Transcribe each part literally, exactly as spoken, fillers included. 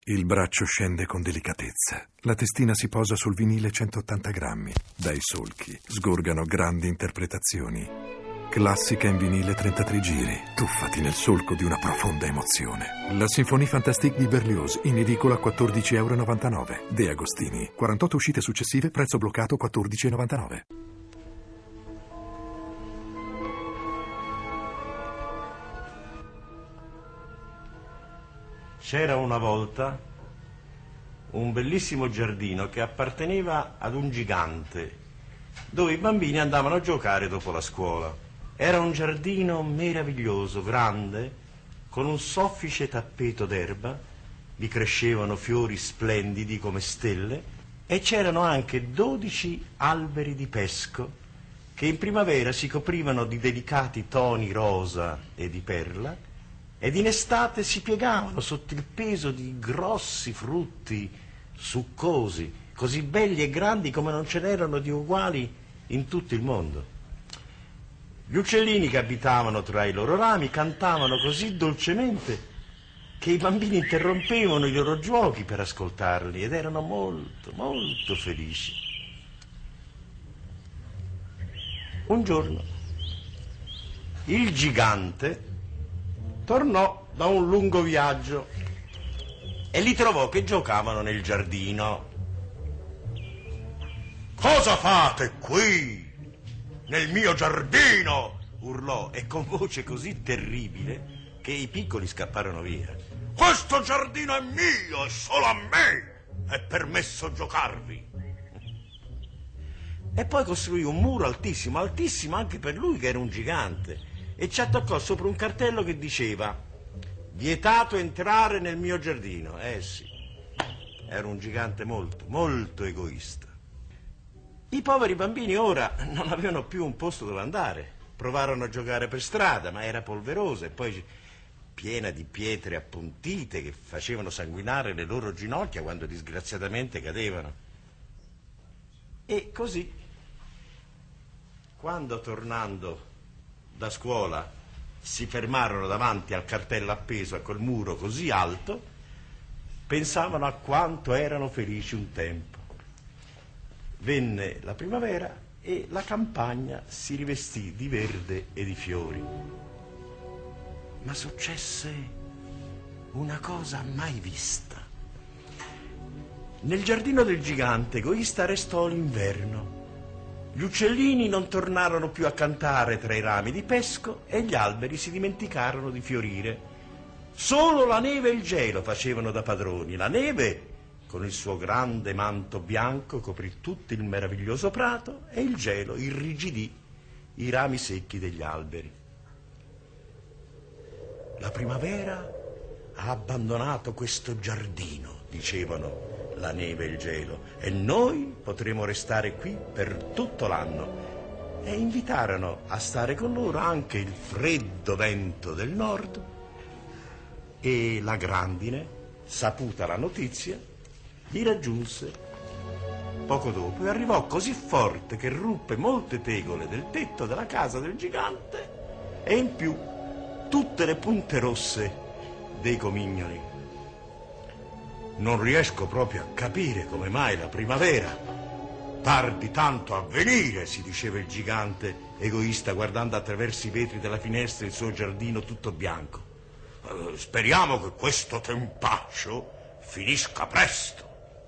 Il braccio scende con delicatezza. La testina si posa sul vinile centottanta grammi. Dai solchi sgorgano grandi interpretazioni. Classica in vinile trentatré giri. Tuffati nel solco di una profonda emozione. La Symphonie Fantastique di Berlioz, in edicola quattordici e novantanove euro. De Agostini. quarantotto uscite successive, prezzo bloccato quattordici e novantanove euro. C'era una volta un bellissimo giardino che apparteneva ad un gigante, dove i bambini andavano a giocare dopo la scuola. Era un giardino meraviglioso, grande, con un soffice tappeto d'erba, vi crescevano fiori splendidi come stelle e c'erano anche dodici alberi di pesco che in primavera si coprivano di delicati toni rosa e di perla, ed in estate si piegavano sotto il peso di grossi frutti succosi, così belli e grandi come non ce n'erano di uguali in tutto il mondo. Gli uccellini che abitavano tra i loro rami cantavano così dolcemente che i bambini interrompevano i loro giochi per ascoltarli ed erano molto, molto felici. Un giorno il gigante tornò da un lungo viaggio e li trovò che giocavano nel giardino. «Cosa fate qui, nel mio giardino?» urlò, e con voce così terribile che i piccoli scapparono via. «Questo giardino è mio e solo a me è permesso giocarvi!» E poi costruì un muro altissimo, altissimo anche per lui che era un gigante, e ci attaccò sopra un cartello che diceva: «Vietato entrare nel mio giardino». Eh sì, era un gigante molto, molto egoista. I poveri bambini ora non avevano più un posto dove andare. Provarono a giocare per strada, ma era polverosa e poi piena di pietre appuntite che facevano sanguinare le loro ginocchia quando disgraziatamente cadevano. E così, quando tornando da scuola si fermarono davanti al cartello appeso a quel muro così alto, pensavano a quanto erano felici un tempo. Venne la primavera e la campagna si rivestì di verde e di fiori. Ma successe una cosa mai vista. Nel giardino del gigante egoista restò l'inverno. Gli uccellini non tornarono più a cantare tra i rami di pesco e gli alberi si dimenticarono di fiorire. Solo la neve e il gelo facevano da padroni. La neve, con il suo grande manto bianco, coprì tutto il meraviglioso prato e il gelo irrigidì i rami secchi degli alberi. La primavera ha abbandonato questo giardino, dicevano la neve e il gelo, e noi potremo restare qui per tutto l'anno. E invitarono a stare con loro anche il freddo vento del nord, e la grandine, saputa la notizia, li raggiunse poco dopo e arrivò così forte che ruppe molte tegole del tetto della casa del gigante e in più tutte le punte rosse dei comignoli. «Non riesco proprio a capire come mai la primavera tardi tanto a venire», si diceva il gigante egoista guardando attraverso i vetri della finestra il suo giardino tutto bianco. Eh, «speriamo che questo tempaccio finisca presto».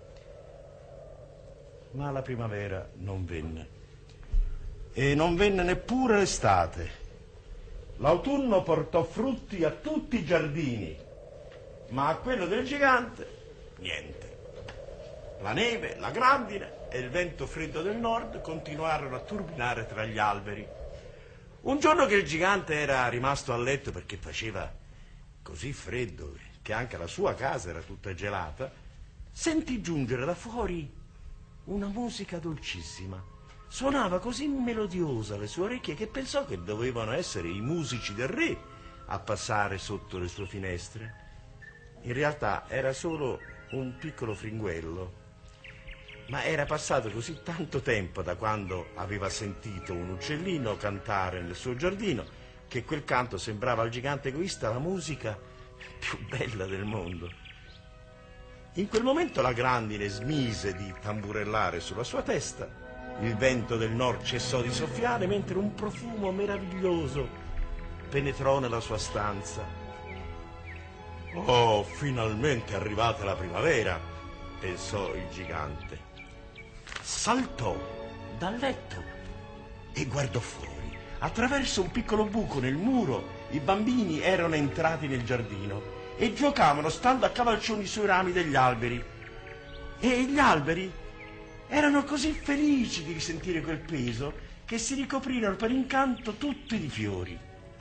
Ma la primavera non venne. E non venne neppure l'estate. L'autunno portò frutti a tutti i giardini, ma a quello del gigante niente. La neve, la grandine e il vento freddo del nord continuarono a turbinare tra gli alberi. Un giorno che il gigante era rimasto a letto perché faceva così freddo che anche la sua casa era tutta gelata, sentì giungere da fuori una musica dolcissima. Suonava così melodiosa alle sue orecchie che pensò che dovevano essere i musici del re a passare sotto le sue finestre. In realtà era solo un piccolo fringuello, ma era passato così tanto tempo da quando aveva sentito un uccellino cantare nel suo giardino che quel canto sembrava al gigante egoista la musica più bella del mondo. In quel momento la grandine smise di tamburellare sulla sua testa, il vento del nord cessò di soffiare, mentre un profumo meraviglioso penetrò nella sua stanza. Oh, finalmente è arrivata la primavera, pensò il gigante. Saltò dal letto e guardò fuori. Attraverso un piccolo buco nel muro i bambini erano entrati nel giardino e giocavano stando a cavalcioni sui rami degli alberi. E gli alberi erano così felici di risentire quel peso che si ricoprirono per incanto tutti di fiori.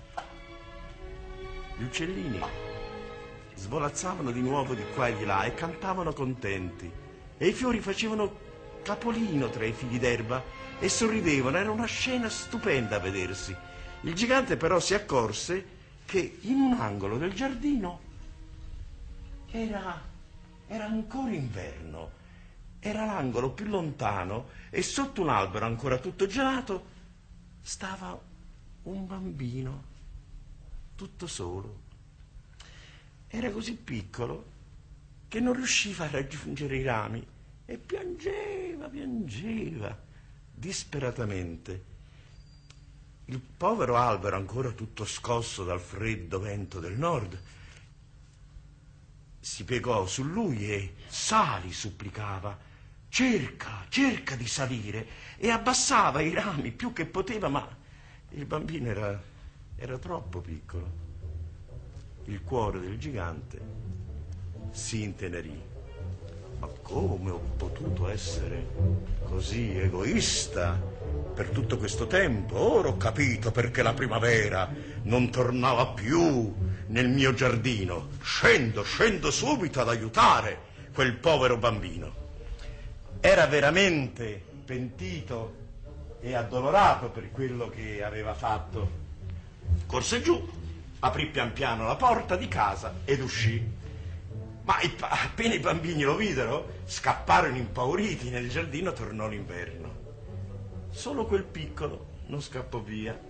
Gli uccellini svolazzavano di nuovo di qua e di là e cantavano contenti, e i fiori facevano capolino tra i fili d'erba e sorridevano. Era una scena stupenda a vedersi. Il gigante però si accorse che in un angolo del giardino era, era ancora inverno. Era l'angolo più lontano e sotto un albero ancora tutto gelato stava un bambino, tutto solo. Era così piccolo che non riusciva a raggiungere i rami e piangeva, piangeva disperatamente. Il povero albero, ancora tutto scosso dal freddo vento del nord, si piegò su lui e sali, supplicava. Cerca, cerca di salire, e abbassava i rami più che poteva, ma il bambino era, era troppo piccolo. Il cuore del gigante si intenerì. Ma come ho potuto essere così egoista per tutto questo tempo? Ora ho capito perché la primavera non tornava più nel mio giardino. Scendo, scendo subito ad aiutare quel povero bambino. Era veramente pentito e addolorato per quello che aveva fatto. Corse giù, aprì pian piano la porta di casa ed uscì. Ma appena i bambini lo videro, scapparono impauriti. Nel giardino tornò l'inverno. Solo quel piccolo non scappò via.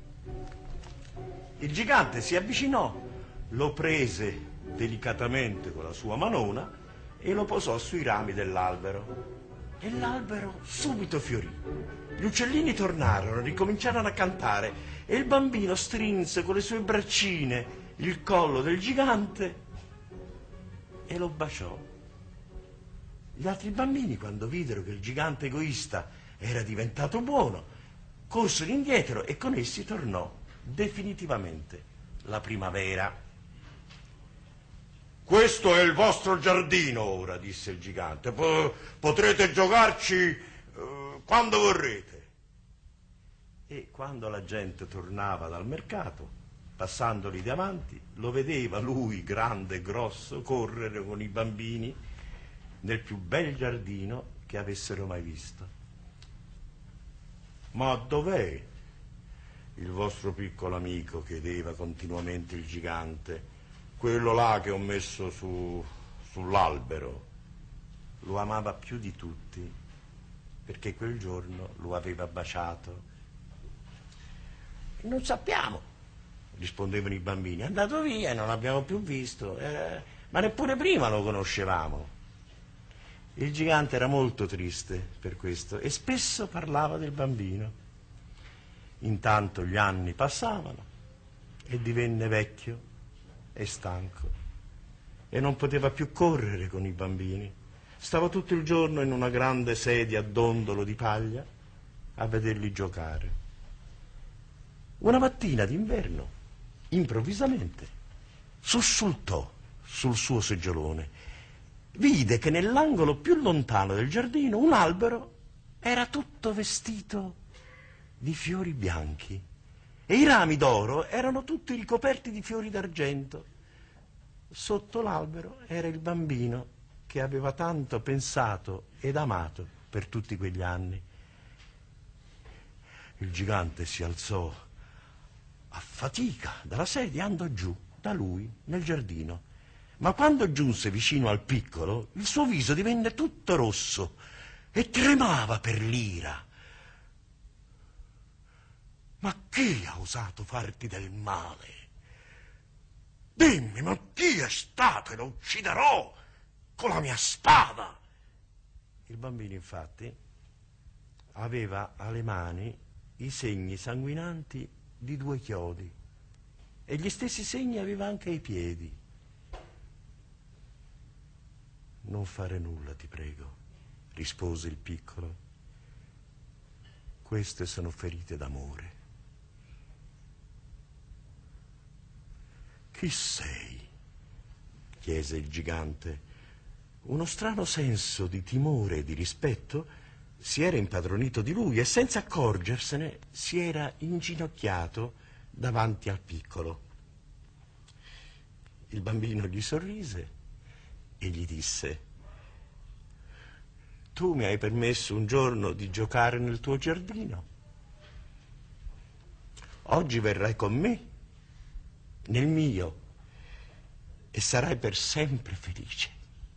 Il gigante si avvicinò, lo prese delicatamente con la sua manona e lo posò sui rami dell'albero. E l'albero subito fiorì. Gli uccellini tornarono, ricominciarono a cantare e il bambino strinse con le sue braccine il collo del gigante e lo baciò. Gli altri bambini, quando videro che il gigante egoista era diventato buono, corsero indietro e con essi tornò definitivamente la primavera. Questo è il vostro giardino ora, disse il gigante. Po- potrete giocarci eh, quando vorrete. E quando la gente tornava dal mercato, passandoli davanti, lo vedeva lui, grande e grosso, correre con i bambini nel più bel giardino che avessero mai visto. Ma dov'è il vostro piccolo amico? Chiedeva continuamente il gigante. Quello là che ho messo su, sull'albero. Lo amava più di tutti, perché quel giorno lo aveva baciato. Non sappiamo, rispondevano i bambini. È andato via e non l'abbiamo più visto, eh, ma neppure prima lo conoscevamo. Il gigante era molto triste per questo e spesso parlava del bambino. Intanto gli anni passavano e divenne vecchio e stanco e non poteva più correre con i bambini. Stava tutto il giorno in una grande sedia a dondolo di paglia a vederli giocare. Una mattina d'inverno, improvvisamente, sussultò sul suo seggiolone. Vide che nell'angolo più lontano del giardino un albero era tutto vestito di fiori bianchi e i rami d'oro erano tutti ricoperti di fiori d'argento. Sotto l'albero era il bambino che aveva tanto pensato ed amato per tutti quegli anni. Il gigante si alzò a fatica dalla sedia e andò giù da lui nel giardino. Ma quando giunse vicino al piccolo, il suo viso divenne tutto rosso e tremava per l'ira. Ma chi ha osato farti del male? Dimmi, ma chi è stato e lo ucciderò con la mia spada. Il bambino, infatti, aveva alle mani i segni sanguinanti di due chiodi e gli stessi segni aveva anche ai piedi. Non fare nulla, ti prego, rispose il piccolo. Queste sono ferite d'amore. Chi sei? Chiese il gigante. Uno strano senso di timore e di rispetto si era impadronito di lui e senza accorgersene si era inginocchiato davanti al piccolo. Il bambino gli sorrise e gli disse: tu mi hai permesso un giorno di giocare nel tuo giardino. Oggi verrai con me nel mio e sarai per sempre felice.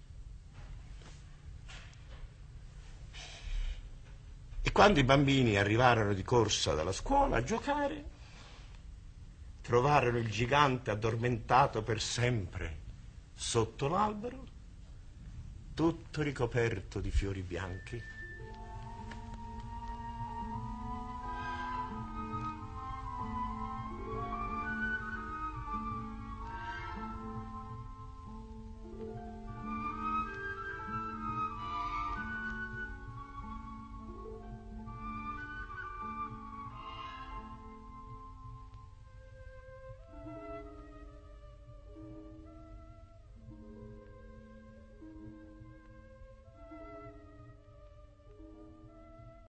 E quando i bambini arrivarono di corsa dalla scuola a giocare, trovarono il gigante addormentato per sempre sotto l'albero, tutto ricoperto di fiori bianchi.